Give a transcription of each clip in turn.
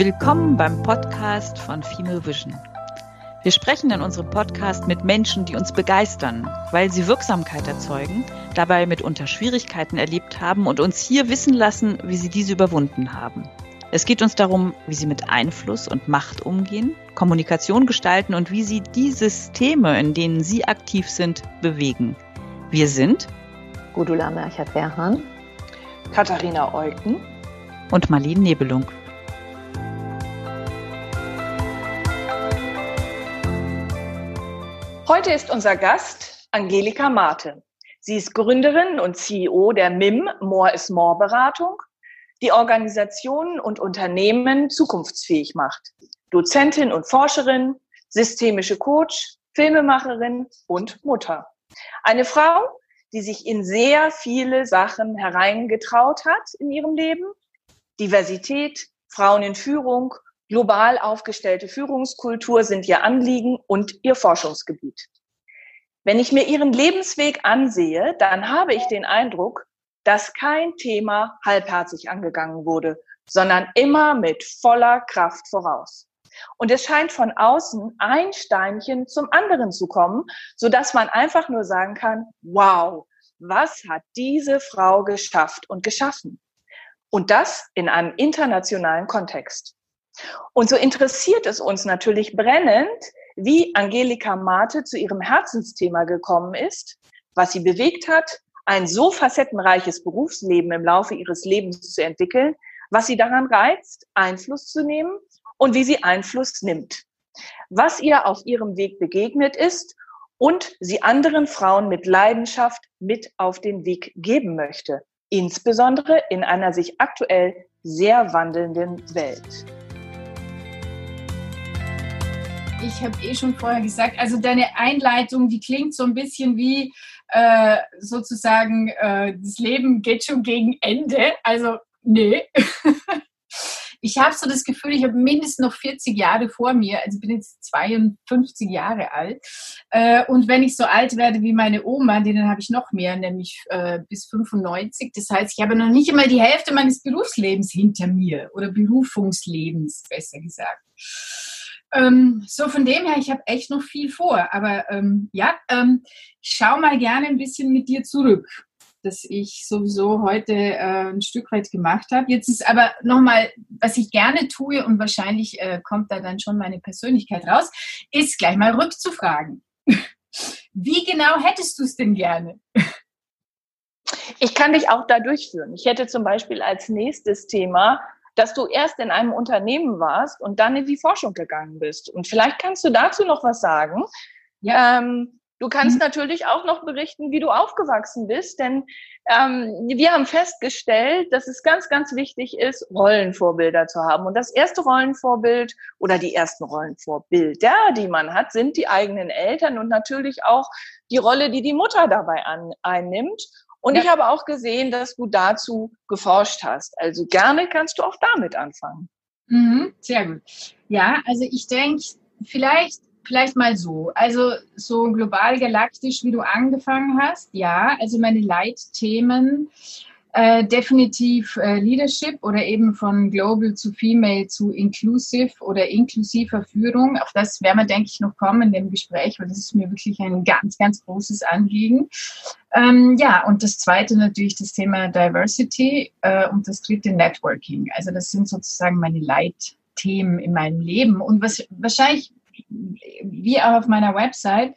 Willkommen beim Podcast von Female Vision. Wir sprechen in unserem Podcast mit Menschen, die uns begeistern, weil sie Wirksamkeit erzeugen, dabei mitunter Schwierigkeiten erlebt haben und uns hier wissen lassen, wie sie diese überwunden haben. Es geht uns darum, wie sie mit Einfluss und Macht umgehen, Kommunikation gestalten und wie sie die Systeme, in denen sie aktiv sind, bewegen. Wir sind Gudula Merchert-Werhan, Katharina Eucken und Marlene Nebelung. Heute ist unser Gast Angelika Marthe. Sie ist Gründerin und CEO der MIM, More is More Beratung, die Organisationen und Unternehmen zukunftsfähig macht. Dozentin und Forscherin, systemische Coach, Filmemacherin und Mutter. Eine Frau, die sich in sehr viele Sachen hereingetraut hat in ihrem Leben. Diversität, Frauen in Führung, global aufgestellte Führungskultur sind ihr Anliegen und ihr Forschungsgebiet. Wenn ich mir ihren Lebensweg ansehe, dann habe ich den Eindruck, dass kein Thema halbherzig angegangen wurde, sondern immer mit voller Kraft voraus. Und es scheint von außen ein Steinchen zum anderen zu kommen, sodass man einfach nur sagen kann, wow, was hat diese Frau geschafft und geschaffen? Und das in einem internationalen Kontext. Und so interessiert es uns natürlich brennend, wie Angelika Marthe zu ihrem Herzensthema gekommen ist, was sie bewegt hat, ein so facettenreiches Berufsleben im Laufe ihres Lebens zu entwickeln, was sie daran reizt, Einfluss zu nehmen und wie sie Einfluss nimmt. Was ihr auf ihrem Weg begegnet ist und sie anderen Frauen mit Leidenschaft mit auf den Weg geben möchte, insbesondere in einer sich aktuell sehr wandelnden Welt. Ich habe schon vorher gesagt, also deine Einleitung, die klingt so ein bisschen wie sozusagen, das Leben geht schon gegen Ende. Also, nee. Ich habe so das Gefühl, ich habe mindestens noch 40 Jahre vor mir. Also ich bin jetzt 52 Jahre alt. Und wenn ich so alt werde wie meine Oma, denen habe ich noch mehr, nämlich bis 95. Das heißt, ich habe noch nicht einmal die Hälfte meines Berufslebens hinter mir oder Berufungslebens, besser gesagt. So von dem her, ich habe echt noch viel vor. Aber ich schau mal gerne ein bisschen mit dir zurück, dass ich sowieso heute ein Stück weit gemacht habe. Jetzt ist aber nochmal, was ich gerne tue und wahrscheinlich kommt da dann schon meine Persönlichkeit raus, ist gleich mal rückzufragen. Wie genau hättest du es denn gerne? Ich kann dich auch da durchführen. Ich hätte zum Beispiel als nächstes Thema, dass du erst in einem Unternehmen warst und dann in die Forschung gegangen bist. Und vielleicht kannst du dazu noch was sagen. Ja. Du kannst natürlich auch noch berichten, wie du aufgewachsen bist, denn wir haben festgestellt, dass es ganz, ganz wichtig ist, Rollenvorbilder zu haben. Und das erste Rollenvorbild oder die ersten Rollenvorbilder, die man hat, sind die eigenen Eltern und natürlich auch die Rolle, die die Mutter dabei einnimmt. Und ich habe auch gesehen, dass du dazu geforscht hast. Also gerne kannst du auch damit anfangen. Sehr gut. Ja, also ich denke, vielleicht mal so. Also so global galaktisch, wie du angefangen hast. Ja, also meine Leitthemen, definitiv Leadership oder eben von Global zu Female zu Inclusive oder inklusiver Führung. Auf das werden wir, denke ich, noch kommen in dem Gespräch, weil das ist mir wirklich ein ganz, ganz großes Anliegen. Und das zweite natürlich das Thema Diversity und das dritte Networking. Also das sind sozusagen meine Leitthemen in meinem Leben. Und was wahrscheinlich, wie auch auf meiner Website,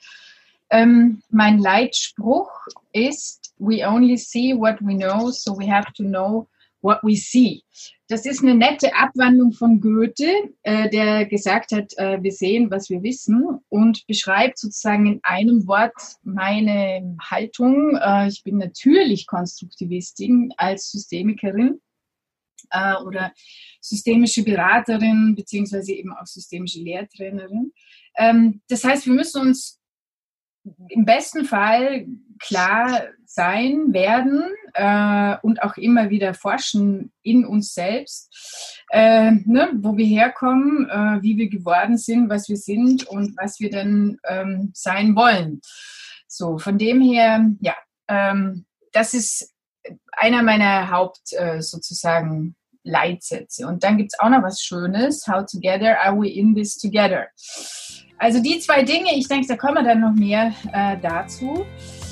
mein Leitspruch ist, we only see what we know, so we have to know what we see. Das ist eine nette Abwandlung von Goethe, der gesagt hat, wir sehen, was wir wissen, und beschreibt sozusagen in einem Wort meine Haltung. Ich bin natürlich Konstruktivistin als Systemikerin oder systemische Beraterin beziehungsweise eben auch systemische Lehrtrainerin. Das heißt, wir müssen uns im besten Fall klar sein werden und auch immer wieder forschen in uns selbst, wo wir herkommen, wie wir geworden sind, was wir sind und was wir dann sein wollen. So, von dem her, das ist einer meiner sozusagen Leitsätze. Und dann gibt es auch noch was Schönes. How together are we in this together? Also die 2 Dinge, ich denke, da kommen wir dann noch mehr dazu.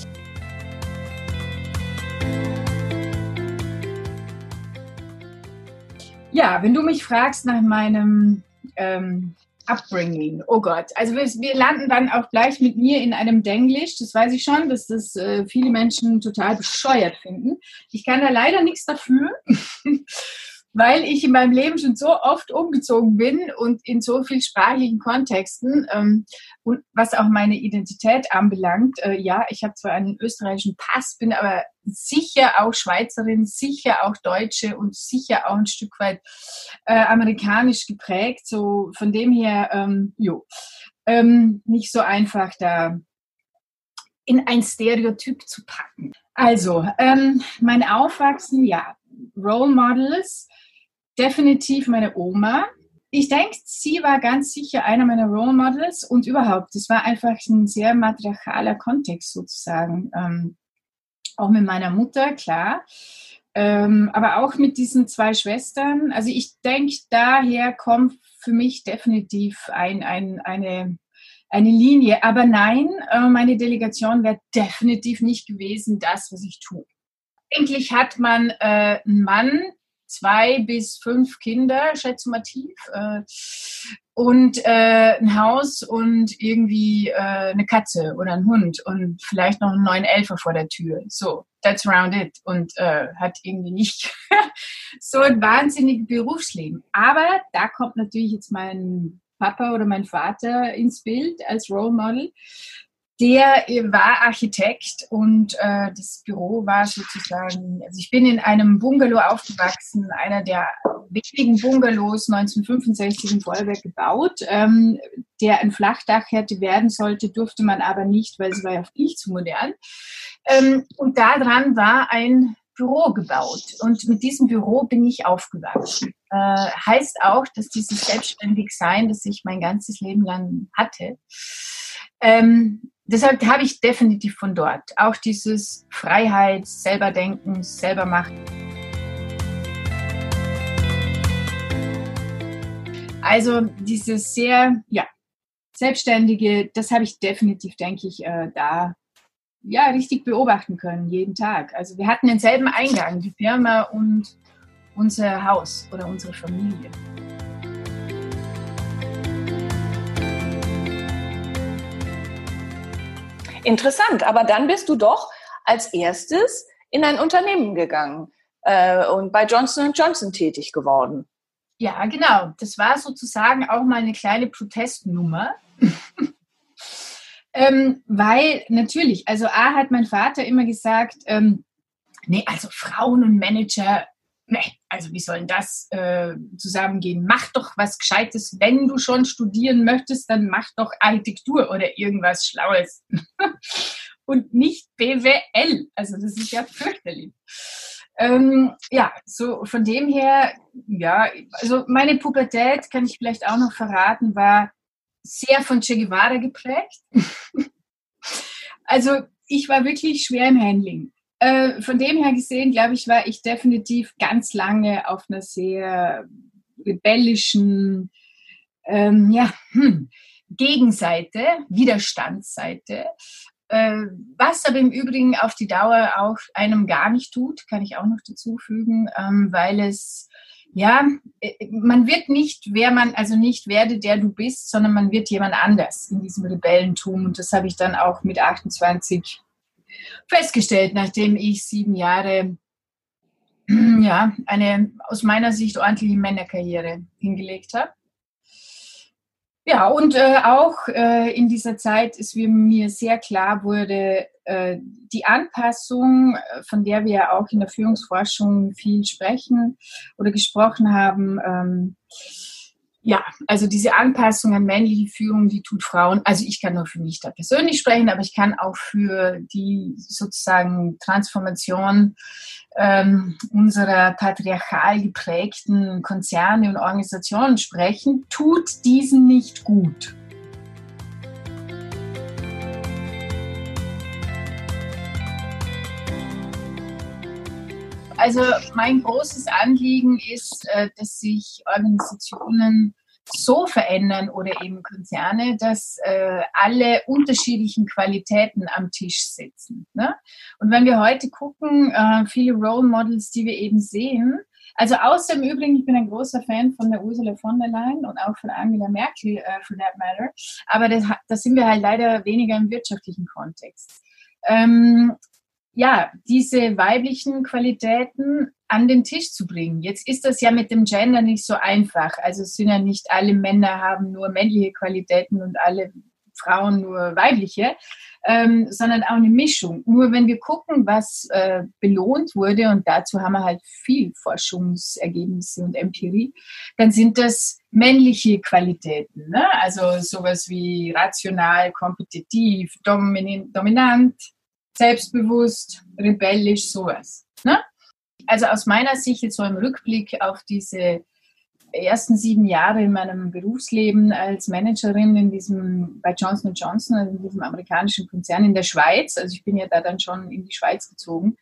Ja, wenn du mich fragst nach meinem Upbringing, oh Gott, also wir landen dann auch gleich mit mir in einem Denglisch, das weiß ich schon, dass das viele Menschen total bescheuert finden. Ich kann da leider nichts dafür, weil ich in meinem Leben schon so oft umgezogen bin und in so vielen sprachlichen Kontexten und was auch meine Identität anbelangt, ja, ich habe zwar einen österreichischen Pass, bin aber sicher auch Schweizerin, sicher auch Deutsche und sicher auch ein Stück weit amerikanisch geprägt, so von dem her, nicht so einfach da in ein Stereotyp zu packen. Also, mein Aufwachsen, ja, Role Models, definitiv meine Oma. Ich denke, sie war ganz sicher einer meiner Role Models und überhaupt, es war einfach ein sehr matriarchaler Kontext sozusagen. Auch mit meiner Mutter, klar, aber auch mit diesen 2 Schwestern. Also ich denke, daher kommt für mich definitiv eine Linie. Aber nein, meine Delegation wäre definitiv nicht gewesen, das, was ich tue. Eigentlich hat man einen Mann, 2 bis 5 Kinder, schätze mal tief, und ein Haus und irgendwie eine Katze oder ein Hund und vielleicht noch einen 911er vor der Tür. So, that's around it. Und hat irgendwie nicht so ein wahnsinniges Berufsleben. Aber da kommt natürlich jetzt mein Papa oder mein Vater ins Bild als Role Model. Der war Architekt und das Büro war sozusagen, also ich bin in einem Bungalow aufgewachsen, einer der wenigen Bungalows 1965 in Vorarlberg gebaut, der ein Flachdach hätte werden sollte, durfte man aber nicht, weil es war ja viel zu modern. Und daran war ein Büro gebaut und mit diesem Büro bin ich aufgewachsen. Heißt auch, dass dieses Selbstständigsein, das ich mein ganzes Leben lang hatte, deshalb habe ich definitiv von dort auch dieses Freiheit, selber denken, selber machen. Also dieses sehr, Selbstständige, das habe ich definitiv, denke ich, da richtig beobachten können, jeden Tag. Also wir hatten denselben Eingang, die Firma und unser Haus oder unsere Familie. Interessant, aber dann bist du doch als erstes in ein Unternehmen gegangen und bei Johnson & Johnson tätig geworden. Ja, genau. Das war sozusagen auch mal eine kleine Protestnummer. Weil natürlich, also A hat mein Vater immer gesagt, also Frauen und Manager, also wie soll denn das zusammengehen? Mach doch was Gescheites. Wenn du schon studieren möchtest, dann mach doch Architektur oder irgendwas Schlaues. Und nicht BWL. Also das ist ja fürchterlich. So von dem her, also meine Pubertät, kann ich vielleicht auch noch verraten, war sehr von Che Guevara geprägt. Also ich war wirklich schwer im Handling. Von dem her gesehen, glaube ich, war ich definitiv ganz lange auf einer sehr rebellischen Gegenseite, Widerstandsseite. Was aber im Übrigen auf die Dauer auch einem gar nicht tut, kann ich auch noch dazu fügen, weil es, man wird nicht, nicht werde, der du bist, sondern man wird jemand anders in diesem Rebellentum. Und das habe ich dann auch mit 28 festgestellt, nachdem ich 7 Jahre, eine aus meiner Sicht ordentliche Männerkarriere hingelegt habe. Ja, und auch in dieser Zeit ist mir sehr klar wurde, die Anpassung, von der wir ja auch in der Führungsforschung viel sprechen oder gesprochen haben, also diese Anpassung an männliche Führung, die tut Frauen, also ich kann nur für mich da persönlich sprechen, aber ich kann auch für die sozusagen Transformation unserer patriarchal geprägten Konzerne und Organisationen sprechen, tut diesen nicht gut. Also mein großes Anliegen ist, dass sich Organisationen so verändern oder eben Konzerne, dass alle unterschiedlichen Qualitäten am Tisch sitzen. Ne? Und wenn wir heute gucken, viele Role Models, die wir eben sehen, also außer im Übrigen, ich bin ein großer Fan von der Ursula von der Leyen und auch von Angela Merkel, for that matter, aber das sind wir halt leider weniger im wirtschaftlichen Kontext. Ja, diese weiblichen Qualitäten an den Tisch zu bringen. Jetzt ist das ja mit dem Gender nicht so einfach. Also es sind ja nicht alle Männer haben nur männliche Qualitäten und alle Frauen nur weibliche, sondern auch eine Mischung. Nur wenn wir gucken, was belohnt wurde, und dazu haben wir halt viel Forschungsergebnisse und Empirie, dann sind das männliche Qualitäten. Ne? Also sowas wie rational, kompetitiv, dominant, selbstbewusst, rebellisch, sowas. Ne? Also aus meiner Sicht jetzt so im Rückblick auf diese ersten 7 Jahre in meinem Berufsleben als Managerin bei Johnson & Johnson, also in diesem amerikanischen Konzern in der Schweiz, also ich bin ja da dann schon in die Schweiz gezogen,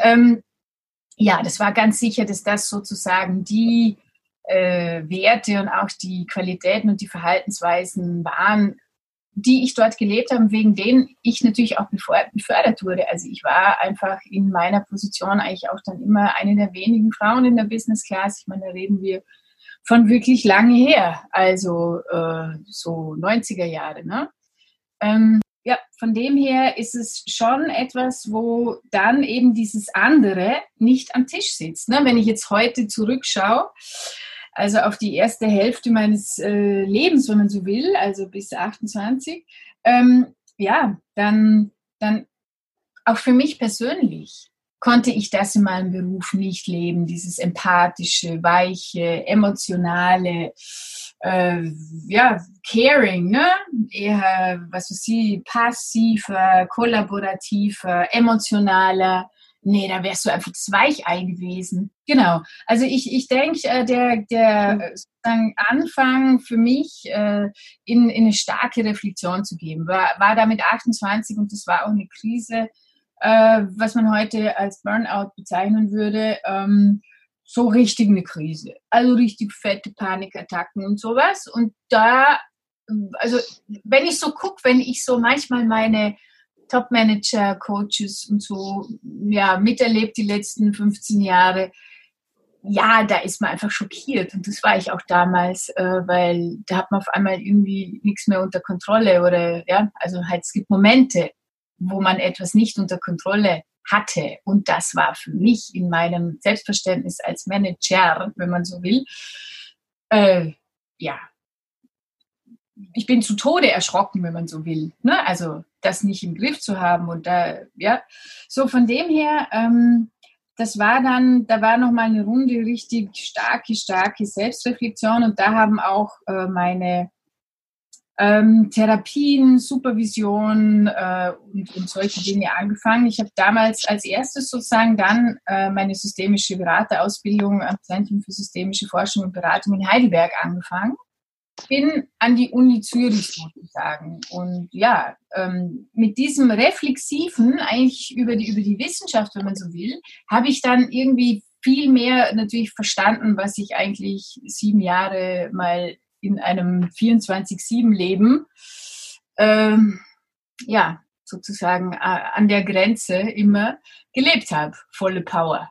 ja, das war ganz sicher, dass das sozusagen die Werte und auch die Qualitäten und die Verhaltensweisen waren, die ich dort gelebt habe, wegen denen ich natürlich auch befördert wurde. Also ich war einfach in meiner Position eigentlich auch dann immer eine der wenigen Frauen in der Business Class. Ich meine, da reden wir von wirklich lange her, also so 90er Jahre. Ne? Ja, von dem her ist es schon etwas, wo dann eben dieses andere nicht am Tisch sitzt. Ne? Wenn ich jetzt heute zurückschaue, also auf die erste Hälfte meines Lebens, wenn man so will, also bis 28, ja, dann auch für mich persönlich konnte ich das in meinem Beruf nicht leben, dieses empathische, weiche, emotionale, ja, caring, ne? Eher, was weiß ich, passiver, kollaborativer, emotionaler. Nee, da wärst du einfach das Weichei gewesen. Genau. Also ich denke, der sozusagen Anfang für mich in eine starke Reflexion zu geben, war da mit 28 und das war auch eine Krise, was man heute als Burnout bezeichnen würde, so richtig eine Krise. Also richtig fette Panikattacken und sowas. Und da, also wenn ich so gucke, wenn ich so manchmal meine Top-Manager, Coaches und so, ja, miterlebt die letzten 15 Jahre. Ja, da ist man einfach schockiert. Und das war ich auch damals, weil da hat man auf einmal irgendwie nichts mehr unter Kontrolle oder, ja, also halt, es gibt Momente, wo man etwas nicht unter Kontrolle hatte. Und das war für mich in meinem Selbstverständnis als Manager, wenn man so will, ja, ich bin zu Tode erschrocken, wenn man so will. Ne? Also das nicht im Griff zu haben und da, ja. So von dem her, das war dann, da war nochmal eine Runde richtig starke Selbstreflexion und da haben auch meine Therapien, Supervision und solche Dinge angefangen. Ich habe damals als erstes sozusagen dann meine systemische Beraterausbildung am Zentrum für systemische Forschung und Beratung in Heidelberg angefangen. Bin an die Uni Zürich sozusagen. Und ja, mit diesem Reflexiven, eigentlich über die Wissenschaft, wenn man so will, habe ich dann irgendwie viel mehr natürlich verstanden, was ich eigentlich 7 Jahre mal in einem 24/7-Leben, ja, sozusagen an der Grenze immer gelebt habe. Volle Power.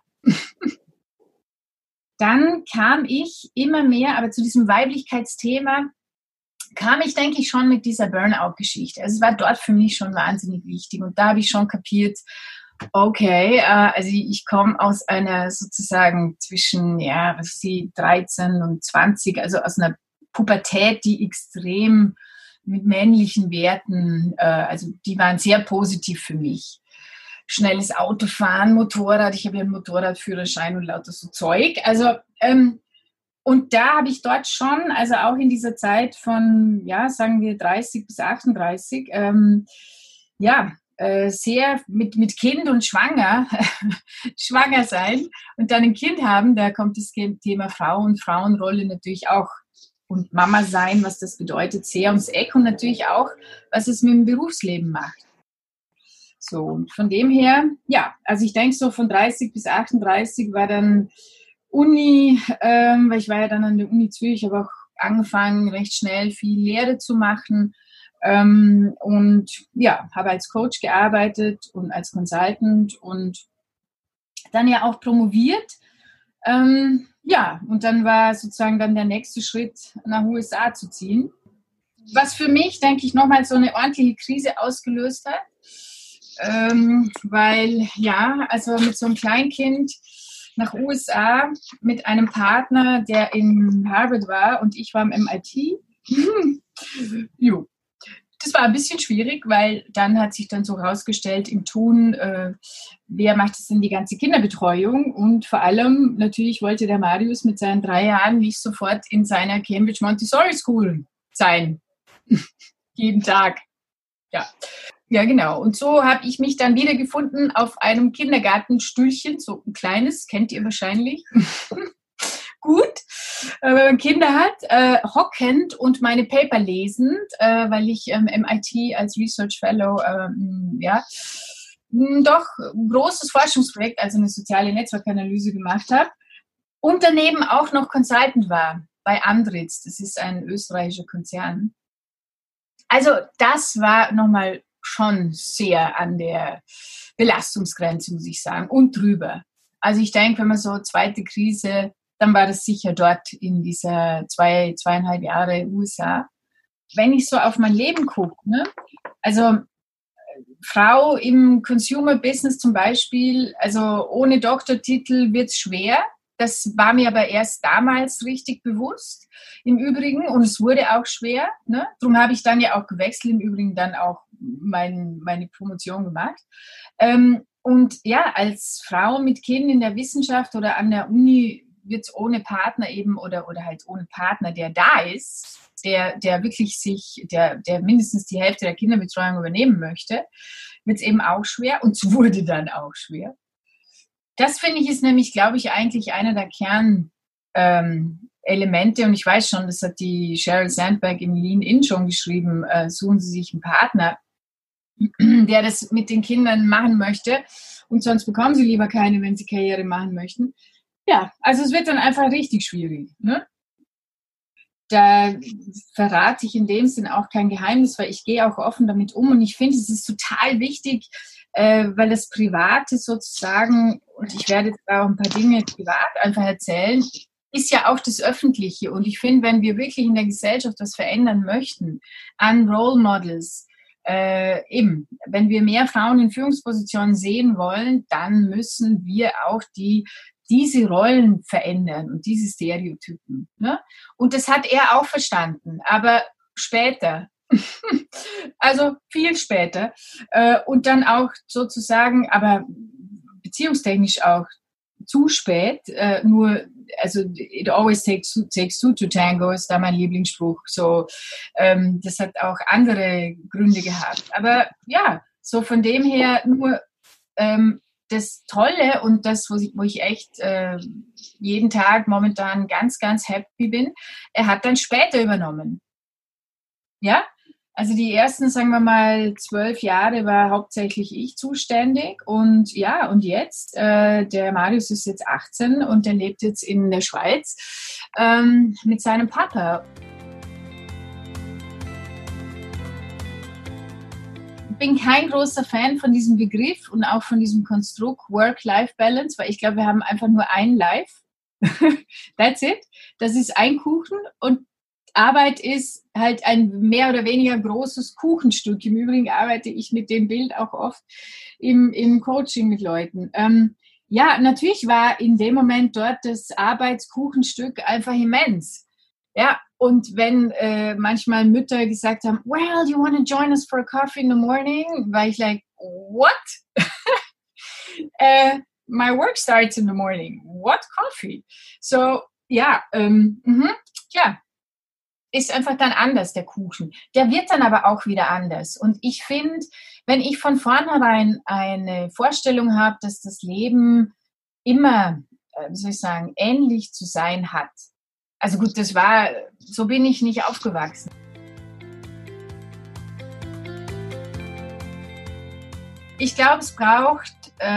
Dann kam ich immer mehr, aber zu diesem Weiblichkeitsthema kam ich, denke ich, schon mit dieser Burnout-Geschichte. Also es war dort für mich schon wahnsinnig wichtig. Und da habe ich schon kapiert, okay, also ich komme aus einer sozusagen zwischen, ja, was ist die, 13 und 20, also aus einer Pubertät, die extrem mit männlichen Werten, also die waren sehr positiv für mich. Schnelles Autofahren, Motorrad, ich habe ja einen Motorradführerschein und lauter so Zeug. Also, und da habe ich dort schon, also auch in dieser Zeit von, ja, sagen wir 30 bis 38, ja, sehr mit Kind und schwanger sein und dann ein Kind haben, da kommt das Thema Frau und Frauenrolle natürlich auch und Mama sein, was das bedeutet, sehr ums Eck und natürlich auch, was es mit dem Berufsleben macht. So, und von dem her, ja, also ich denke so von 30 bis 38 war dann Uni, weil ich war ja dann an der Uni Zürich, habe auch angefangen, recht schnell viel Lehre zu machen und ja, habe als Coach gearbeitet und als Consultant und dann ja auch promoviert. Ja, und dann war sozusagen dann der nächste Schritt, nach USA zu ziehen. Was für mich, denke ich, nochmal so eine ordentliche Krise ausgelöst hat. Weil, ja, also mit so einem Kleinkind nach USA mit einem Partner, der in Harvard war und ich war im MIT. Jo. Das war ein bisschen schwierig, weil dann hat sich dann so rausgestellt im Tun, wer macht es denn die ganze Kinderbetreuung? Und vor allem natürlich wollte der Marius mit seinen 3 Jahren nicht sofort in seiner Cambridge Montessori School sein. Jeden Tag. Ja, genau. Und so habe ich mich dann wiedergefunden auf einem Kindergartenstühlchen, so ein kleines, kennt ihr wahrscheinlich. Gut, wenn man Kinder hat, hockend und meine Paper lesend, weil ich MIT als Research Fellow, ja, doch ein großes Forschungsprojekt, also eine soziale Netzwerkanalyse gemacht habe und daneben auch noch Consultant war bei Andritz, das ist ein österreichischer Konzern. Also das war nochmal schon sehr an der Belastungsgrenze, muss ich sagen, und drüber. Also ich denke, wenn man so zweite Krise, dann war das sicher dort in dieser 2,5 Jahre USA. Wenn ich so auf mein Leben gucke, ne? Also Frau im Consumer Business zum Beispiel, also ohne Doktortitel wird es schwer. Das war mir aber erst damals richtig bewusst, im Übrigen, und es wurde auch schwer. Ne? Darum habe ich dann ja auch gewechselt, im Übrigen dann auch meine Promotion gemacht. Und ja, als Frau mit Kind in der Wissenschaft oder an der Uni wird es ohne Partner eben oder halt ohne Partner, der da ist, der wirklich der mindestens die Hälfte der Kinderbetreuung übernehmen möchte, wird es eben auch schwer, und es wurde dann auch schwer. Das finde ich ist nämlich, glaube ich, eigentlich einer der Kernelemente, und ich weiß schon, das hat die Sheryl Sandberg in Lean In schon geschrieben, suchen Sie sich einen Partner, der das mit den Kindern machen möchte, und sonst bekommen Sie lieber keine, wenn Sie Karriere machen möchten. Ja, also es wird dann einfach richtig schwierig. Ne? Da verrate ich in dem Sinn auch kein Geheimnis, weil ich gehe auch offen damit um, und ich finde, es ist total wichtig, weil das Private sozusagen, und ich werde jetzt auch ein paar Dinge privat einfach erzählen, ist ja auch das Öffentliche. Und ich finde, wenn wir wirklich in der Gesellschaft was verändern möchten, an Role Models, eben, wenn wir mehr Frauen in Führungspositionen sehen wollen, dann müssen wir auch diese Rollen verändern und diese Stereotypen. Ne? Und das hat er auch verstanden, aber später. Also viel später. Und dann auch sozusagen, aber beziehungstechnisch auch zu spät. Also it always takes two to tango ist da mein Lieblingsspruch. So, das hat auch andere Gründe gehabt. Aber ja, so von dem her nur das Tolle und das, wo ich echt jeden Tag momentan ganz, ganz happy bin, er hat dann später übernommen. Ja, also die ersten, sagen wir mal, 12 Jahre war hauptsächlich ich zuständig, und ja, und jetzt, der Marius ist jetzt 18 und der lebt jetzt in der Schweiz mit seinem Papa. Ich bin kein großer Fan von diesem Begriff und auch von diesem Konstrukt Work-Life-Balance, weil ich glaube, wir haben einfach nur ein Life. That's it. Das ist ein Kuchen, und Arbeit ist halt ein mehr oder weniger großes Kuchenstück. Im Übrigen arbeite ich mit dem Bild auch oft im Coaching mit Leuten. Ja, natürlich war in dem Moment dort das Arbeitskuchenstück einfach immens. Ja, und wenn manchmal Mütter gesagt haben, well, you want to join us for a coffee in the morning? War ich like, what? My work starts in the morning. What coffee? So, ja, klar. Ist einfach dann anders, der Kuchen. Der wird dann aber auch wieder anders. Und ich finde, wenn ich von vornherein eine Vorstellung habe, dass das Leben immer, wie soll ich sagen, ähnlich zu sein hat. Also gut, so bin ich nicht aufgewachsen. Ich glaube, es braucht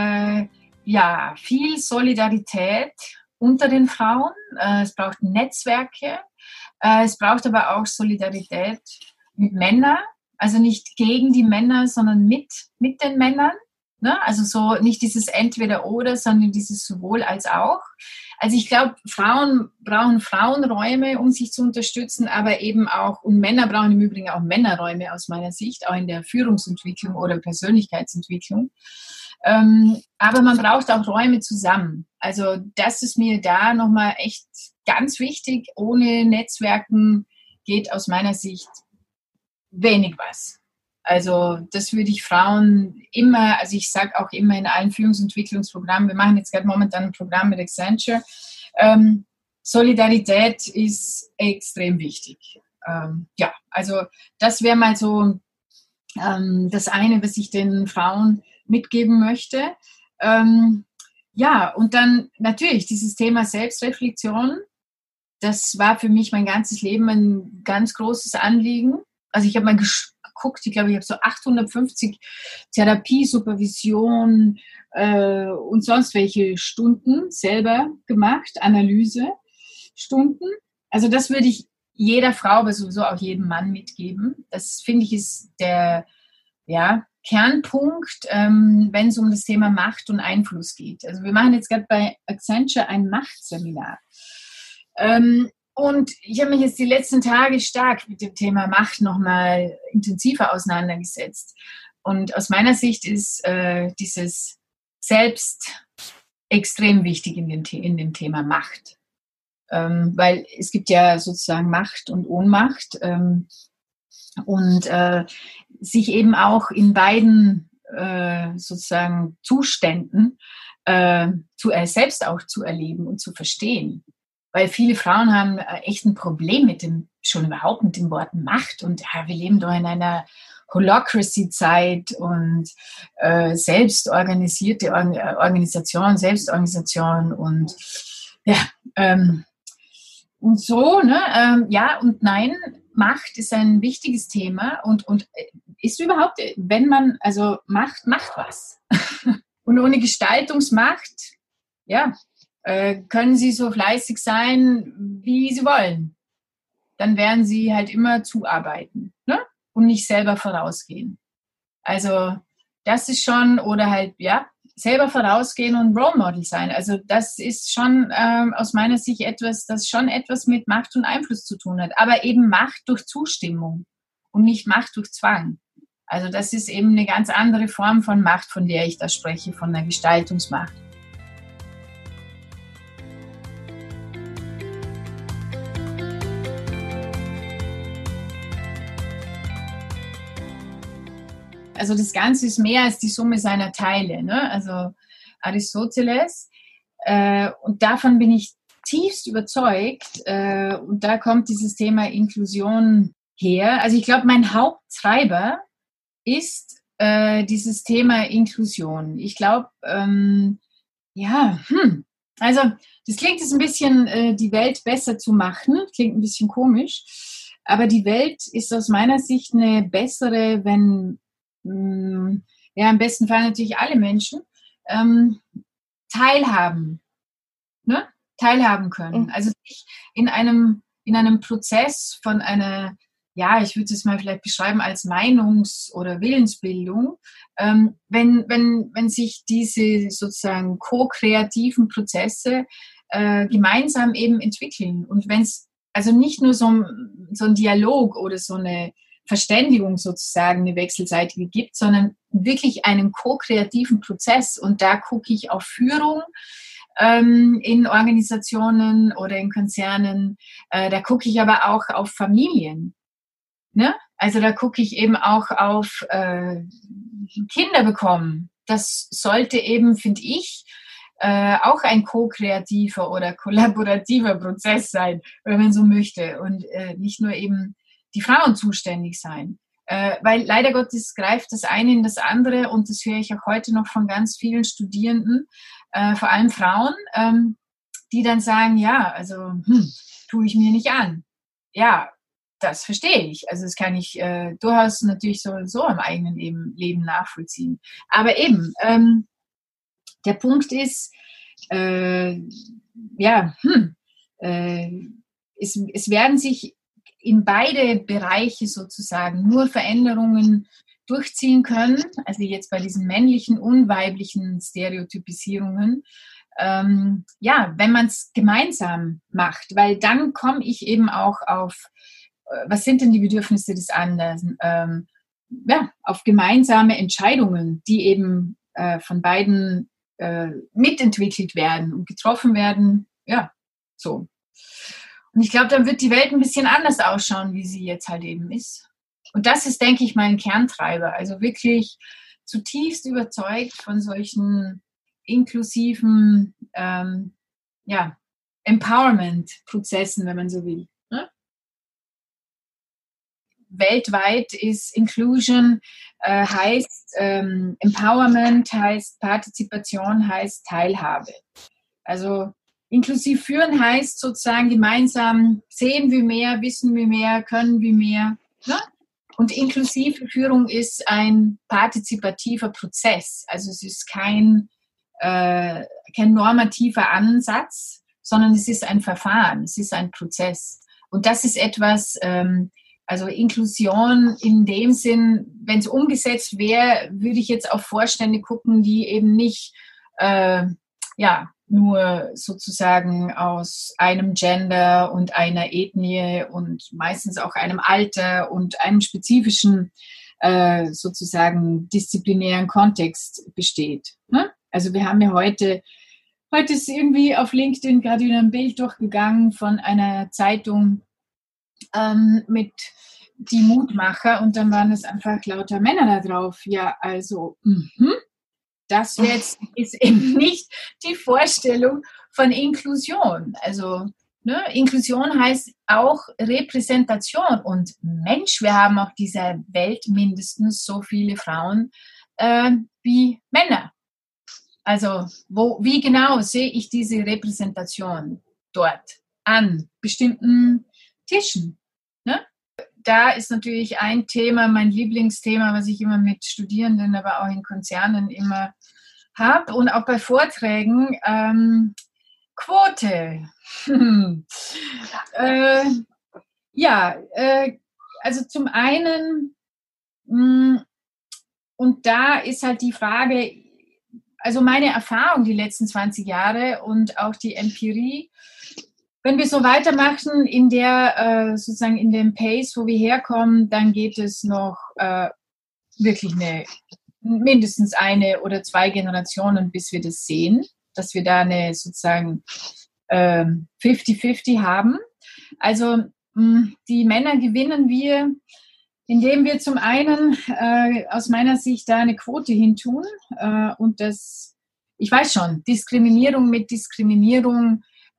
viel Solidarität unter den Frauen. Es braucht Netzwerke. Es braucht aber auch Solidarität mit Männern. Also nicht gegen die Männer, sondern mit den Männern. Ne? Also so nicht dieses Entweder-Oder, sondern dieses sowohl als auch. Also ich glaube, Frauen brauchen Frauenräume, um sich zu unterstützen, aber eben auch, und Männer brauchen im Übrigen auch Männerräume aus meiner Sicht, auch in der Führungsentwicklung oder Persönlichkeitsentwicklung. Aber man braucht auch Räume zusammen. Also das ist mir da nochmal echt ganz wichtig. Ohne Netzwerken geht aus meiner Sicht wenig was. Also das würde ich Frauen immer, also ich sage auch immer in allen Führungsentwicklungsprogrammen, wir machen jetzt gerade momentan ein Programm mit Accenture, Solidarität ist extrem wichtig. Also das wäre mal so das eine, was ich den Frauen mitgeben möchte. Und dann natürlich dieses Thema Selbstreflexion, das war für mich mein ganzes Leben ein ganz großes Anliegen. Also ich habe mal geguckt, ich glaube, ich habe so 850 Therapie, Supervision und sonst welche Stunden selber gemacht, Analysestunden. Also das würde ich jeder Frau, aber sowieso auch jedem Mann mitgeben. Das finde ich ist der Kernpunkt, wenn es um das Thema Macht und Einfluss geht. Also wir machen jetzt gerade bei Accenture ein Machtseminar. Und ich habe mich jetzt die letzten Tage stark mit dem Thema Macht nochmal intensiver auseinandergesetzt. Und aus meiner Sicht ist dieses Selbst extrem wichtig in dem Thema Macht. Weil es gibt ja sozusagen Macht und Ohnmacht. Und sich eben auch in beiden sozusagen Zuständen selbst auch zu erleben und zu verstehen. Weil viele Frauen haben echt ein Problem schon überhaupt mit dem Wort Macht. Und wir leben doch in einer Holacracy-Zeit und selbstorganisierte Selbstorganisation und und so, ne? Und nein, Macht ist ein wichtiges Thema und ist überhaupt, wenn man, also macht was. Und ohne Gestaltungsmacht, können sie so fleißig sein, wie sie wollen. Dann werden sie halt immer zuarbeiten, ne? Und nicht selber vorausgehen. Also das ist schon, oder halt, selber vorausgehen und Role Model sein. Also das ist schon aus meiner Sicht das schon etwas mit Macht und Einfluss zu tun hat. Aber eben Macht durch Zustimmung und nicht Macht durch Zwang. Also das ist eben eine ganz andere Form von Macht, von der ich da spreche, von der Gestaltungsmacht. Also das Ganze ist mehr als die Summe seiner Teile, ne? Also Aristoteles. Und davon bin ich tiefst überzeugt. Und da kommt dieses Thema Inklusion her. Also ich glaube, mein Haupttreiber ist dieses Thema Inklusion. Ich glaube, also das klingt jetzt ein bisschen, die Welt besser zu machen. Klingt ein bisschen komisch. Aber die Welt ist aus meiner Sicht eine bessere, wenn im besten Fall natürlich alle Menschen, teilhaben können. Also sich in einem Prozess von einer, ich würde es mal vielleicht beschreiben als Meinungs- oder Willensbildung, wenn sich diese sozusagen ko-kreativen Prozesse gemeinsam eben entwickeln. Und wenn es also nicht nur so ein Dialog oder so eine Verständigung sozusagen, eine wechselseitige gibt, sondern wirklich einen ko-kreativen Prozess. Und da gucke ich auf Führung in Organisationen oder in Konzernen. Da gucke ich aber auch auf Familien. Ne? Also da gucke ich eben auch auf Kinder bekommen. Das sollte eben, finde ich, auch ein ko-kreativer oder kollaborativer Prozess sein, wenn man so möchte. Und nicht nur eben die Frauen zuständig sein. Weil leider Gottes greift das eine in das andere und das höre ich auch heute noch von ganz vielen Studierenden, vor allem Frauen, die dann sagen, tue ich mir nicht an. Ja, das verstehe ich. Also das kann ich durchaus natürlich so im eigenen Leben nachvollziehen. Aber eben, der Punkt ist, es werden sich in beide Bereiche sozusagen nur Veränderungen durchziehen können, also jetzt bei diesen männlichen und weiblichen Stereotypisierungen, wenn man es gemeinsam macht, weil dann komme ich eben auch auf, was sind denn die Bedürfnisse des anderen, auf gemeinsame Entscheidungen, die eben von beiden mitentwickelt werden und getroffen werden, so. Und ich glaube, dann wird die Welt ein bisschen anders ausschauen, wie sie jetzt halt eben ist. Und das ist, denke ich, mein Kerntreiber. Also wirklich zutiefst überzeugt von solchen inklusiven Empowerment-Prozessen, wenn man so will. Ne? Weltweit ist Inclusion heißt Empowerment, heißt Partizipation, heißt Teilhabe. Also inklusiv führen heißt sozusagen gemeinsam sehen wir mehr, wissen wir mehr, können wir mehr. Ne? Und inklusive Führung ist ein partizipativer Prozess. Also es ist kein normativer Ansatz, sondern es ist ein Verfahren, es ist ein Prozess. Und das ist etwas, also Inklusion in dem Sinn, wenn es umgesetzt wäre, würde ich jetzt auf Vorstände gucken, die eben nicht nur sozusagen aus einem Gender und einer Ethnie und meistens auch einem Alter und einem spezifischen sozusagen disziplinären Kontext besteht. Ne? Also wir haben ja heute ist irgendwie auf LinkedIn gerade wieder ein Bild durchgegangen von einer Zeitung mit die Mutmacher und dann waren es einfach lauter Männer da drauf. Ja, also, das jetzt ist eben nicht die Vorstellung von Inklusion. Also Inklusion heißt auch Repräsentation. Und Mensch, wir haben auf dieser Welt mindestens so viele Frauen wie Männer. Also wie genau sehe ich diese Repräsentation dort an bestimmten Tischen? Ne? Da ist natürlich ein Thema, mein Lieblingsthema, was ich immer mit Studierenden, aber auch in Konzernen immer habe und auch bei Vorträgen, Quote. Also zum einen, und da ist halt die Frage, also meine Erfahrung die letzten 20 Jahre und auch die Empirie, wenn wir so weitermachen in der sozusagen in dem Pace, wo wir herkommen, dann geht es noch wirklich mindestens eine oder zwei Generationen, bis wir das sehen, dass wir da eine sozusagen 50-50 haben. Also die Männer gewinnen wir, indem wir zum einen aus meiner Sicht da eine Quote hintun und das, ich weiß schon, Diskriminierung mit Diskriminierung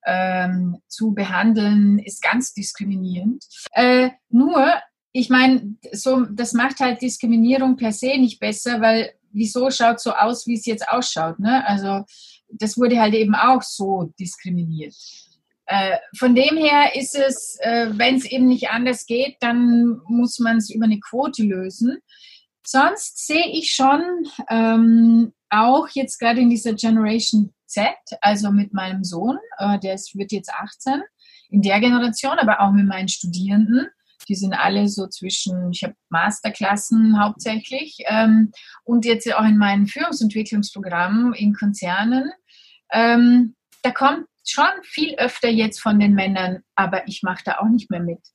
zu behandeln, ist ganz diskriminierend. Nur, ich meine, das macht halt Diskriminierung per se nicht besser, weil wieso schaut so aus, wie es jetzt ausschaut? Ne? Also das wurde halt eben auch so diskriminiert. Von dem her ist es, wenn es eben nicht anders geht, dann muss man es über eine Quote lösen. Sonst sehe ich schon auch jetzt gerade in dieser Generation Z, also mit meinem Sohn, wird jetzt 18, in der Generation, aber auch mit meinen Studierenden, die sind alle so zwischen, ich habe Masterklassen hauptsächlich und jetzt auch in meinen Führungsentwicklungsprogrammen in Konzernen, da kommt schon viel öfter jetzt von den Männern, aber ich mache da auch nicht mehr mit.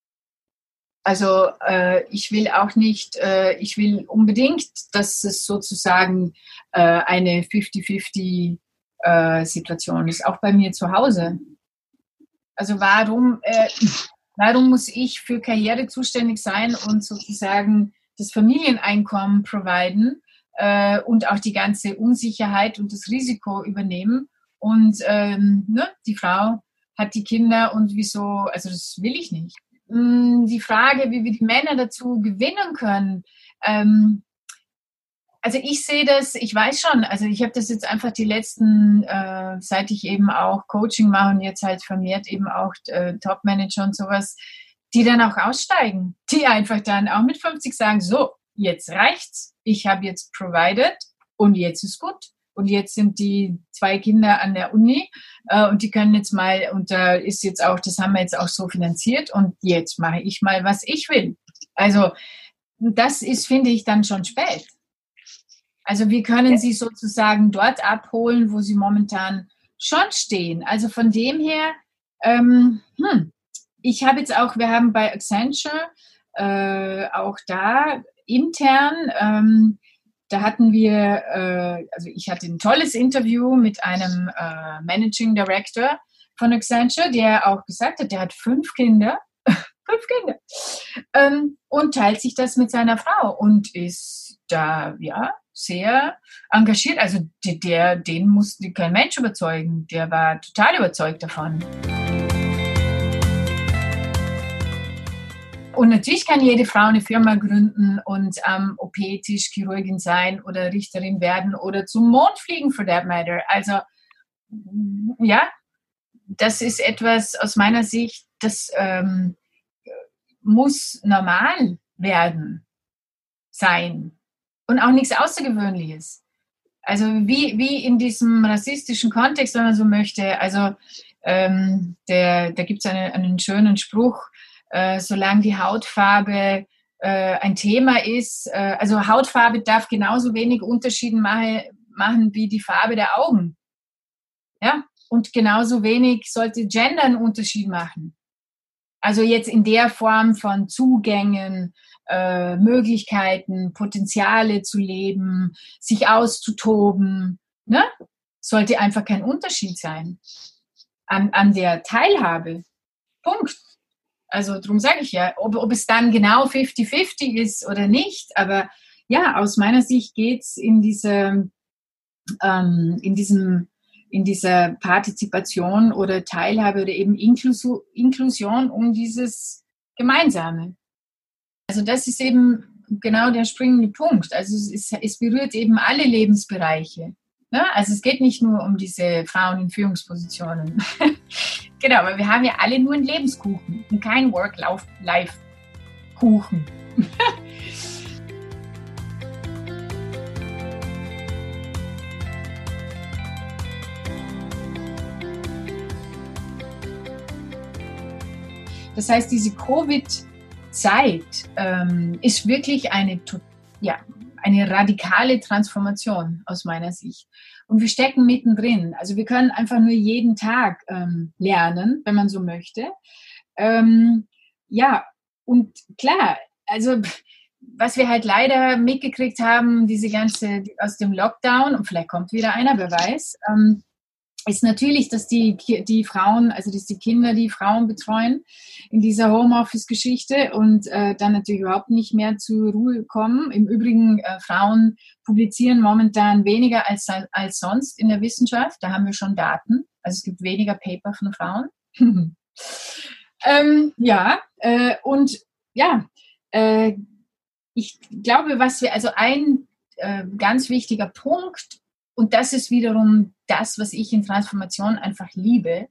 Also ich will auch nicht, ich will unbedingt, dass es sozusagen eine 50-50 Situation ist, auch bei mir zu Hause. Also warum muss ich für Karriere zuständig sein und sozusagen das Familieneinkommen providen und auch die ganze Unsicherheit und das Risiko übernehmen? Und die Frau hat die Kinder und wieso, also das will ich nicht. Die Frage, wie wir die Männer dazu gewinnen können, also ich sehe das, ich weiß schon, also ich habe das jetzt einfach die letzten, seit ich eben auch Coaching mache und jetzt halt vermehrt eben auch Top-Manager und sowas, die dann auch aussteigen, die einfach dann auch mit 50 sagen, so, jetzt reicht's, ich habe jetzt provided und jetzt ist gut. Und jetzt sind die 2 Kinder an der Uni und die können jetzt mal, und da ist jetzt auch, das haben wir jetzt auch so finanziert und jetzt mache ich mal, was ich will. Also das ist, finde ich, dann schon spät. Also wir können sie sozusagen dort abholen, wo sie momentan schon stehen. Also von dem her, ich habe jetzt auch, wir haben bei Accenture auch da intern, da hatten wir, also ich hatte ein tolles Interview mit einem Managing Director von Accenture, der auch gesagt hat, der hat 5 Kinder, 5 Kinder, und teilt sich das mit seiner Frau und ist da, ja, sehr engagiert. Also den musste kein Mensch überzeugen, der war total überzeugt davon. Und natürlich kann jede Frau eine Firma gründen und am OP-Tisch Chirurgin sein oder Richterin werden oder zum Mond fliegen, for that matter. Also, ja, das ist etwas aus meiner Sicht, das muss normal sein und auch nichts Außergewöhnliches. Also wie in diesem rassistischen Kontext, wenn man so möchte. Also da gibt es einen schönen Spruch, solange die Hautfarbe ein Thema ist, also Hautfarbe darf genauso wenig Unterschied machen wie die Farbe der Augen. Ja? Und genauso wenig sollte Gender einen Unterschied machen. Also jetzt in der Form von Zugängen, Möglichkeiten, Potenziale zu leben, sich auszutoben, ne? Sollte einfach kein Unterschied sein an der Teilhabe. Punkt. Also darum sage ich ja, ob es dann genau 50-50 ist oder nicht, aber ja, aus meiner Sicht geht es in dieser Partizipation oder Teilhabe oder eben Inklusion um dieses Gemeinsame. Also das ist eben genau der springende Punkt. Also es berührt eben alle Lebensbereiche. Ne? Also es geht nicht nur um diese Frauen in Führungspositionen. Genau, aber wir haben ja alle nur einen Lebenskuchen und keinen Work-Life-Kuchen. Das heißt, diese Covid-Zeit ist wirklich eine radikale Transformation aus meiner Sicht. Und wir stecken mittendrin. Also wir können einfach nur jeden Tag lernen, wenn man so möchte. Ja, und klar, also was wir halt leider mitgekriegt haben, diese ganze aus dem Lockdown, und vielleicht kommt wieder einer, wer weiß, ist natürlich, dass die Frauen, also dass die Kinder die Frauen betreuen in dieser Homeoffice-Geschichte und dann natürlich überhaupt nicht mehr zur Ruhe kommen. Im Übrigen, Frauen publizieren momentan weniger als sonst in der Wissenschaft. Da haben wir schon Daten. Also es gibt weniger Paper von Frauen. Ich glaube, ein ganz wichtiger Punkt, und das ist wiederum das, was ich in Transformation einfach liebe,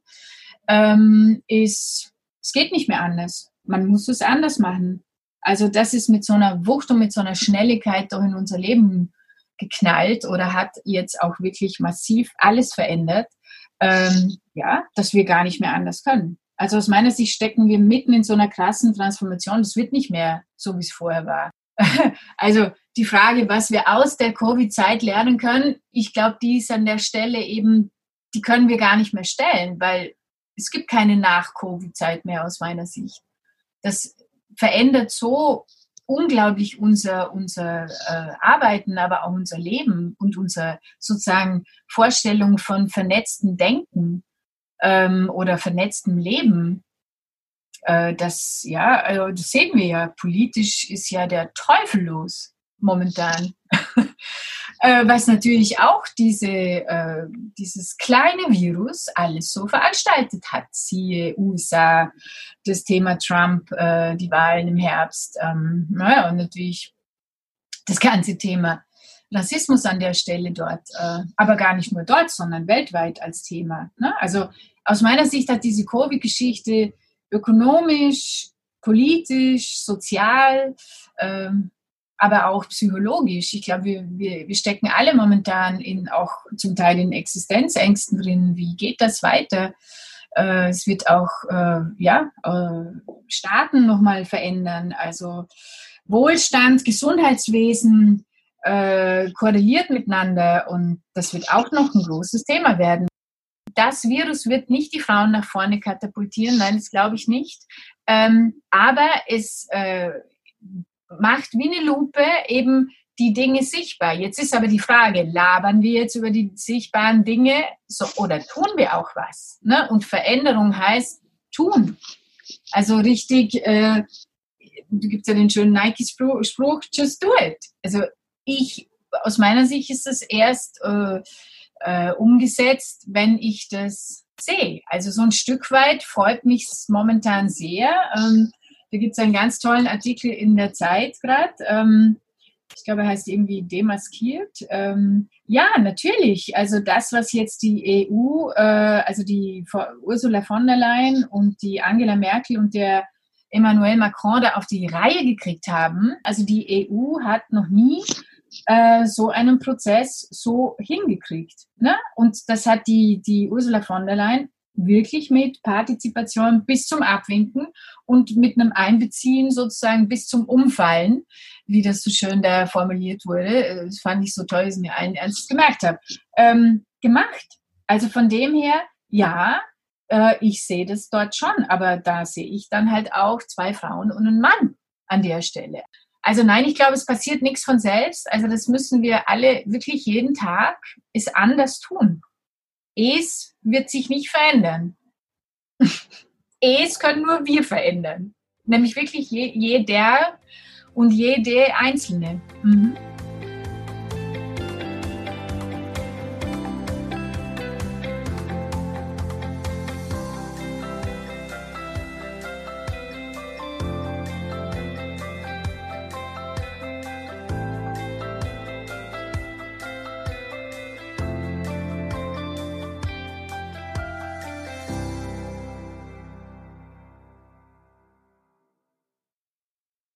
ist, es geht nicht mehr anders. Man muss es anders machen. Also das ist mit so einer Wucht und mit so einer Schnelligkeit doch in unser Leben geknallt oder hat jetzt auch wirklich massiv alles verändert, dass wir gar nicht mehr anders können. Also aus meiner Sicht stecken wir mitten in so einer krassen Transformation. Das wird nicht mehr so, wie es vorher war. Also die Frage, was wir aus der Covid-Zeit lernen können, ich glaube, die ist an der Stelle eben, die können wir gar nicht mehr stellen, weil es gibt keine Nach-Covid-Zeit mehr aus meiner Sicht. Das verändert so unglaublich unser Arbeiten, aber auch unser Leben und unsere sozusagen Vorstellung von vernetztem Denken oder vernetztem Leben. Das sehen wir ja. Politisch ist ja der Teufel los momentan. Was natürlich auch dieses kleine Virus alles so veranstaltet hat. Siehe USA, das Thema Trump, die Wahlen im Herbst. Und natürlich das ganze Thema Rassismus an der Stelle dort. Aber gar nicht nur dort, sondern weltweit als Thema. Ne? Also aus meiner Sicht hat diese Covid-Geschichte ökonomisch, politisch, sozial, aber auch psychologisch. Ich glaube, wir stecken alle momentan auch zum Teil in Existenzängsten drin. Wie geht das weiter? Es wird auch Staaten nochmal verändern. Also Wohlstand, Gesundheitswesen korreliert miteinander und das wird auch noch ein großes Thema werden. Das Virus wird nicht die Frauen nach vorne katapultieren, nein, das glaube ich nicht. Aber es macht wie eine Lupe eben die Dinge sichtbar. Jetzt ist aber die Frage, labern wir jetzt über die sichtbaren Dinge oder tun wir auch was? Ne? Und Veränderung heißt tun. Also richtig, da gibt es ja den schönen Nike-Spruch, just do it. Also aus meiner Sicht ist das erst umgesetzt, wenn ich das sehe. Also so ein Stück weit freut mich momentan sehr. Da gibt es einen ganz tollen Artikel in der Zeit gerade. Ich glaube, er heißt irgendwie demaskiert. Ja, natürlich. Also das, was jetzt die EU, also die Ursula von der Leyen und die Angela Merkel und der Emmanuel Macron da auf die Reihe gekriegt haben. Also die EU hat noch nie so einen Prozess so hingekriegt. Ne? Und das hat die Ursula von der Leyen wirklich mit Partizipation bis zum Abwinken und mit einem Einbeziehen sozusagen bis zum Umfallen, wie das so schön da formuliert wurde. Das fand ich so toll, dass ich mir ernst gemerkt habe. Gemacht. Also von dem her, ja, ich sehe das dort schon, aber da sehe ich dann halt auch 2 Frauen und einen Mann an der Stelle. Also nein, ich glaube, es passiert nichts von selbst. Also das müssen wir alle wirklich jeden Tag ist anders tun. Es wird sich nicht verändern. Es können nur wir verändern. Nämlich wirklich jeder und jede Einzelne. Mhm.